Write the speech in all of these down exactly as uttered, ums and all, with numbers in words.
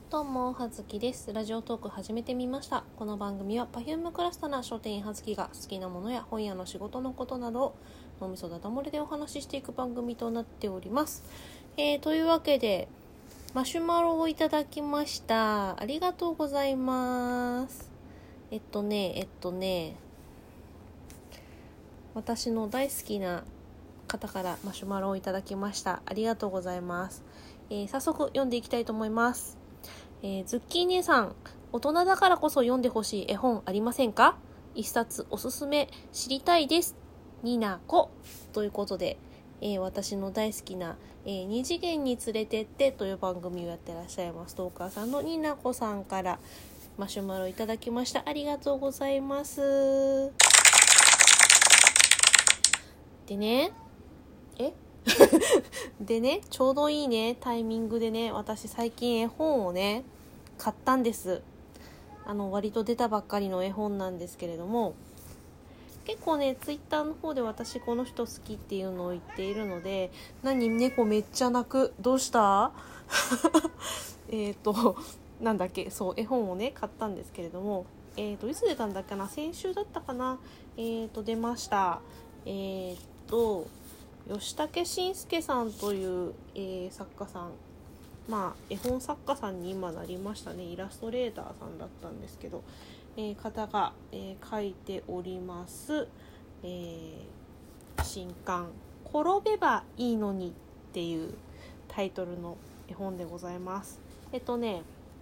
どうも、はずきです。ラジオトーク始めてみました。この番組は Perfume クラスターな書店員はずきが好きなものや本屋の仕事のことなどを脳みそだだ漏れでお話ししていく番組となっております。えー、というわけでマシュマロをいただきました。ありがとうございます。えっとねえっとね私の大好きな方からマシュマロをいただきました。ありがとうございます。えー、早速読んでいきたいと思います。えー、ズッキー姉さん、大人だからこそ読んでほしい絵本ありませんか？一冊おすすめ知りたいです。になこ。ということで、えー、私の大好きな、えー、二次元に連れてってという番組をやってらっしゃいますトーカーさんのになこさんからマシュマロいただきました。ありがとうございます。でねえでねちょうどいいねタイミングでね、私最近絵本をね買ったんです。あの割と出たばっかりの絵本なんですけれども、結構ねツイッターの方で私この人好きっていうのを言っているので、何猫めっちゃ泣く、どうしたえっとなんだっけ、そう絵本をね買ったんですけれども、えっといつ出たんだっけな、先週だったかな。えっと出ました。えっと吉武慎介さんという、えー、作家さん、まあ絵本作家さんに今なりましたね。イラストレーターさんだったんですけど、えー、方が、えー、書いております、えー、新刊転べばいいのにっていうタイトルの絵本でございます。えっとね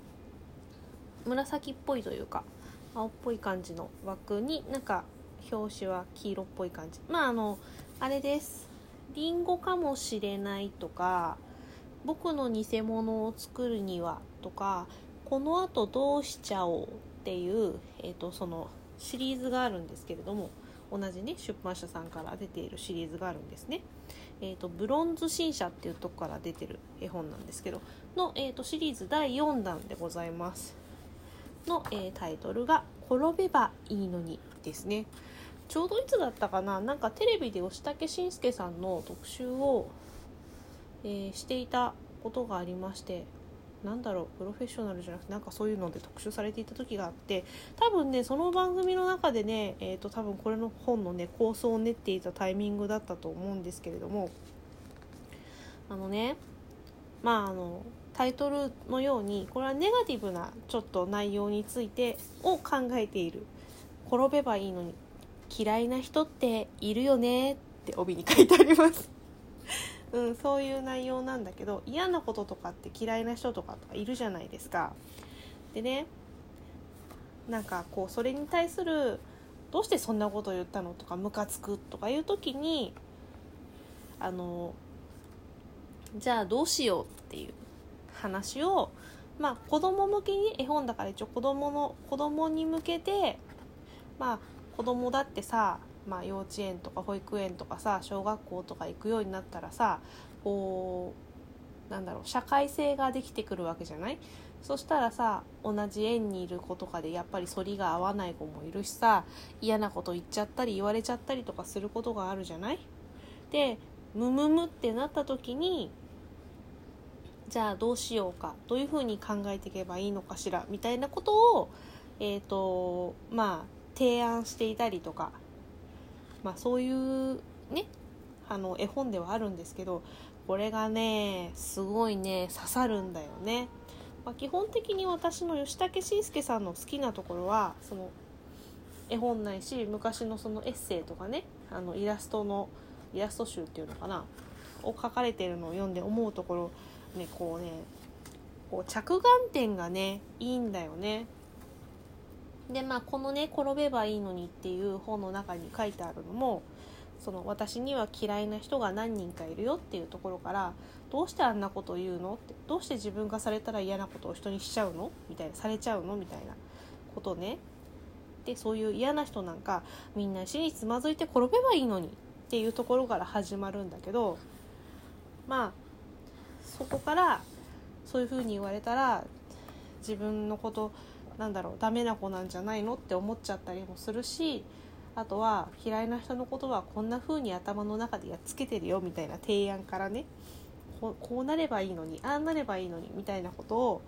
紫っぽいというか青っぽい感じの枠に、なんか表紙は黄色っぽい感じ。まああのあれです、リンゴかもしれないとか、僕の偽物を作るにはとか、この後どうしちゃおうっていう、えーと、そのシリーズがあるんですけれども、同じね出版社さんから出ているシリーズがあるんですね。えーと、ブロンズ新社っていうとこから出てる絵本なんですけどの、えーと、シリーズだいよんだんでございますの、えー、タイトルが転べばいいのにですね。ちょうどいつだったかな、なんかテレビで吉武慎介さんの特集を、えー、していたことがありまして、なんだろう、プロフェッショナルじゃなくてなんかそういうので特集されていた時があって、多分ねその番組の中でね、えーと多分これの本のね構想を練っていたタイミングだったと思うんですけれども、あのねまああのタイトルのようにこれはネガティブなちょっと内容についてを考えている、転べばいいのに嫌いな人っているよねって帯に書いてありますうん、そういう内容なんだけど、嫌なこととかって嫌いな人とかとかいるじゃないですか。でね、なんかこうそれに対するどうしてそんなこと言ったのとかムカつくとかいう時に、あのじゃあどうしようっていう話を、まあ子供向けに、絵本だから一応子供の子供に向けて、まあ子供だってさ、まあ、幼稚園とか保育園とかさ小学校とか行くようになったらさ、こうなんだろう、社会性ができてくるわけじゃない。そしたらさ、同じ園にいる子とかでやっぱり反りが合わない子もいるしさ、嫌なこと言っちゃったり言われちゃったりとかすることがあるじゃない。でムムムってなった時に、じゃあどうしようか、どういうふうに考えていけばいいのかしらみたいなことを、えーとまあ提案していたりとか、まあそういうねあの絵本ではあるんですけど、これがねすごいね刺さるんだよね。まあ、基本的に私の吉武慎介さんの好きなところは、その絵本ないし昔のそのエッセイとかね、あのイラストのイラスト集っていうのかなを書かれているのを読んで思うところね、こうねこう着眼点がねいいんだよね。でまあこのね転べばいいのにっていう本の中に書いてあるのも、その私には嫌いな人が何人かいるよっていうところから、どうしてあんなこと言うのって、どうして自分がされたら嫌なことを人にしちゃうのみたいな、されちゃうのみたいなことね。でそういう嫌な人なんかみんな石につまずいて転べばいいのにっていうところから始まるんだけど、まあそこからそういう風に言われたら自分のことなんだろうダメな子なんじゃないのって思っちゃったりもするし、あとは嫌いな人のことはこんな風に頭の中でやっつけてるよみたいな提案からね、こう、こうなればいいのにああなればいいのにみたいなことを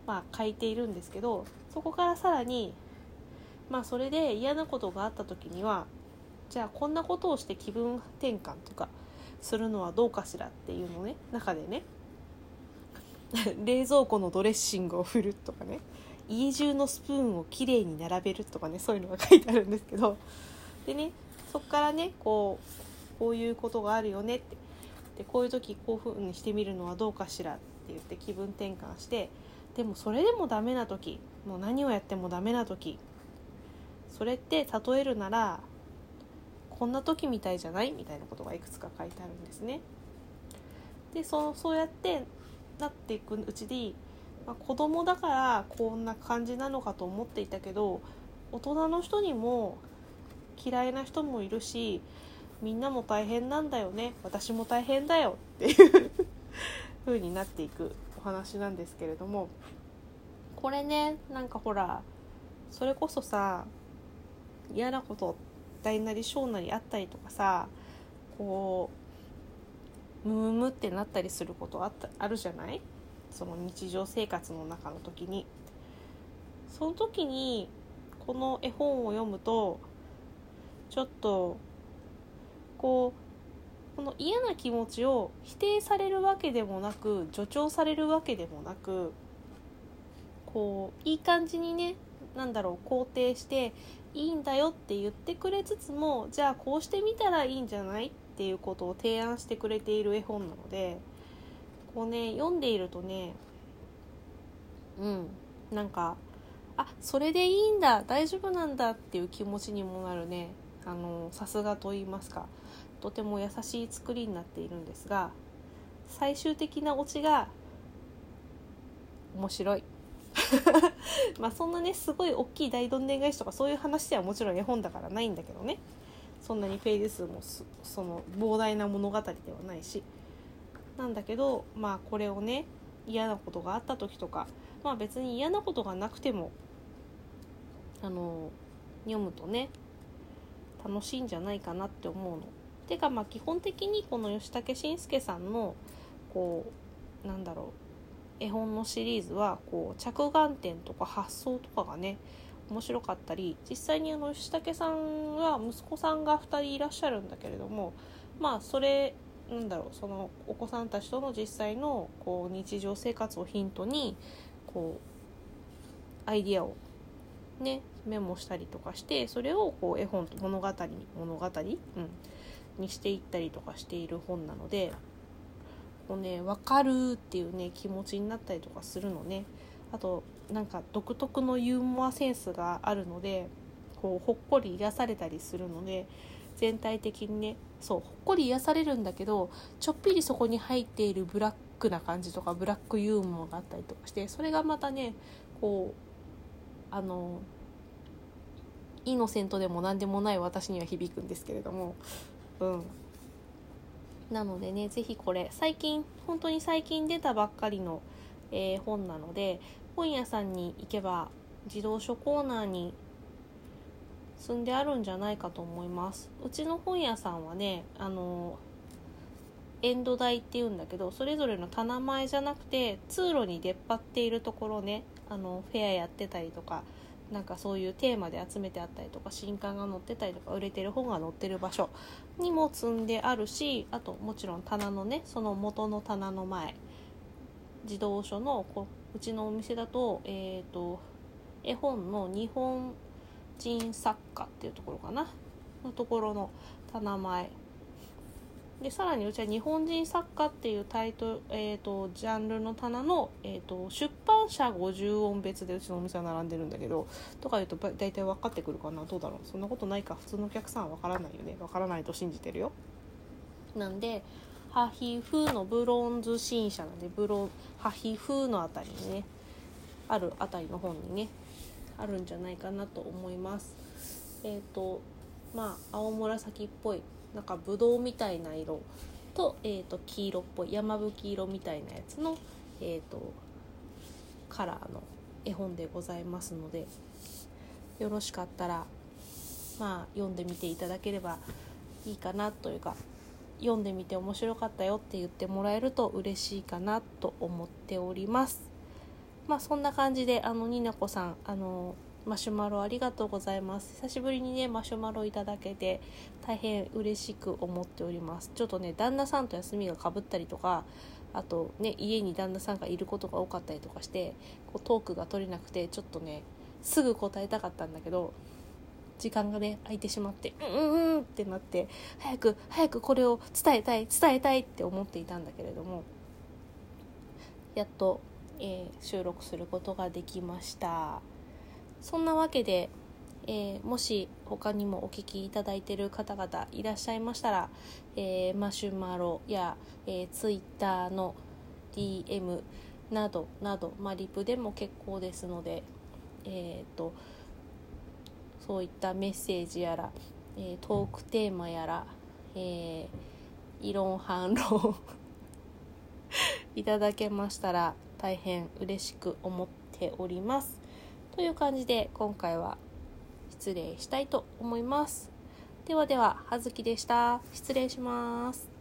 まあ、書いているんですけど、そこからさらに、まあ、それで嫌なことがあった時には、じゃあこんなことをして気分転換とかするのはどうかしらっていうのね、中でね冷蔵庫のドレッシングを振るとかね、家中のスプーンをきれいに並べるとかね、そういうのが書いてあるんですけど、でね、そっからね、こうこういうことがあるよねって、でこういう時こういう風にしてみるのはどうかしらって言って気分転換して、でもそれでもダメな時、もう何をやってもダメな時、それって例えるならこんな時みたいじゃないみたいなことがいくつか書いてあるんですね。で そ, そうやってなっていくうちに、まあ、子供だからこんな感じなのかと思っていたけど、大人の人にも嫌いな人もいるし、みんなも大変なんだよね、私も大変だよっていう風になっていくお話なんですけれども、これね、なんかほら、それこそさ、嫌なこと大なり小なりあったりとかさ、こうムムムってなったりすることあった、あるじゃない？その日常生活の中の時に。その時にこの絵本を読むと、ちょっとこうこの嫌な気持ちを否定されるわけでもなく、助長されるわけでもなく、こういい感じにね、なんだろう、肯定していいんだよって言ってくれつつも、じゃあこうしてみたらいいんじゃないっていうことを提案してくれている絵本なので、こうね、読んでいるとね、うんなんか、あ、それでいいんだ、大丈夫なんだっていう気持ちにもなるね、あのさすがと言いますか、とても優しい作りになっているんですが、最終的なオチが面白いまあそんなね、すごい大きい大どんでん返しとかそういう話ではもちろん絵本だからないんだけどね、そんなにページ数もその膨大な物語ではないしなんだけど、まあこれをね、嫌なことがあった時とか、まあ別に嫌なことがなくてもあの読むとね、楽しいんじゃないかなって思うの。てかまあ基本的にこの吉武慎介さんのこうなんだろう、絵本のシリーズはこう着眼点とか発想とかがね面白かったり、実際にあの吉武さんは息子さんがふたりいらっしゃるんだけれども、まあそれなんだろう、そのお子さんたちとの実際のこう日常生活をヒントにこうアイディアをねメモしたりとかして、それをこう絵本と物語に物語、うん、にしていったりとかしている本なので、こうね、分かるっていうね気持ちになったりとかするのね。あとなんか独特のユーモアセンスがあるので、こうほっこり癒されたりするので、全体的にね、そうほっこり癒されるんだけど、ちょっぴりそこに入っているブラックな感じとかブラックユーモアがあったりとかして、それがまたね、こうあのイノセントでも何でもない私には響くんですけれども、うんなのでね、ぜひこれ最近本当に最近出たばっかりの、えー、本なので、本屋さんに行けば児童書コーナーに積んであるんじゃないかと思います。うちの本屋さんはね、あのエンド台っていうんだけど、それぞれの棚前じゃなくて通路に出っ張っているところね、あのフェアやってたりとか、なんかそういうテーマで集めてあったりとか、新刊が載ってたりとか、売れてる本が載ってる場所にも積んであるし、あともちろん棚のね、その元の棚の前、児童書のこうちのお店だと、えーと絵本の日本人作家っていうところかなのところの棚前で、さらにうちは日本人作家っていうタイトル、えーとジャンルの棚の、えーと出版社ごじゅう音別でうちのお店は並んでるんだけど、とか言うとだいたい分かってくるかな。どうだろう、そんなことないか。普通のお客さんは分からないよね。分からないと信じてるよ。なんでハヒフのブロンズ新社なんで、ブロハヒフのあたりにね、あるあたりの本にねあるんじゃないかなと思います。えっとまあ青紫っぽい、なんかブドウみたいな色と、えー、と黄色っぽい山吹色みたいなやつの、えー、とカラーの絵本でございますので、よろしかったらまあ読んでみていただければいいかなというか、読んでみて面白かったよって言ってもらえると嬉しいかなと思っております。 まあそんな感じで、あのになこさん、あのマシュマロありがとうございます。久しぶりにねマシュマロいただけて大変嬉しく思っております。ちょっとね旦那さんと休みがかぶったりとか、あとね家に旦那さんがいることが多かったりとかして、こうトークが取れなくて、ちょっとねすぐ答えたかったんだけど、時間がね空いてしまって、うんうんうんってなって、早く早くこれを伝えたい伝えたいって思っていたんだけれども、やっと、えー、収録することができました。そんなわけで、えー、もし他にもお聞きいただいている方々いらっしゃいましたら、えー、マシュマロや、えー、ツイッターの ディーエム などなど、まあ、リプでも結構ですので、えーとそういったメッセージやら、えー、トークテーマやら、えー、異論反論いただけましたら大変嬉しく思っております。という感じで今回は失礼したいと思います。ではでは、はずきでした。失礼します。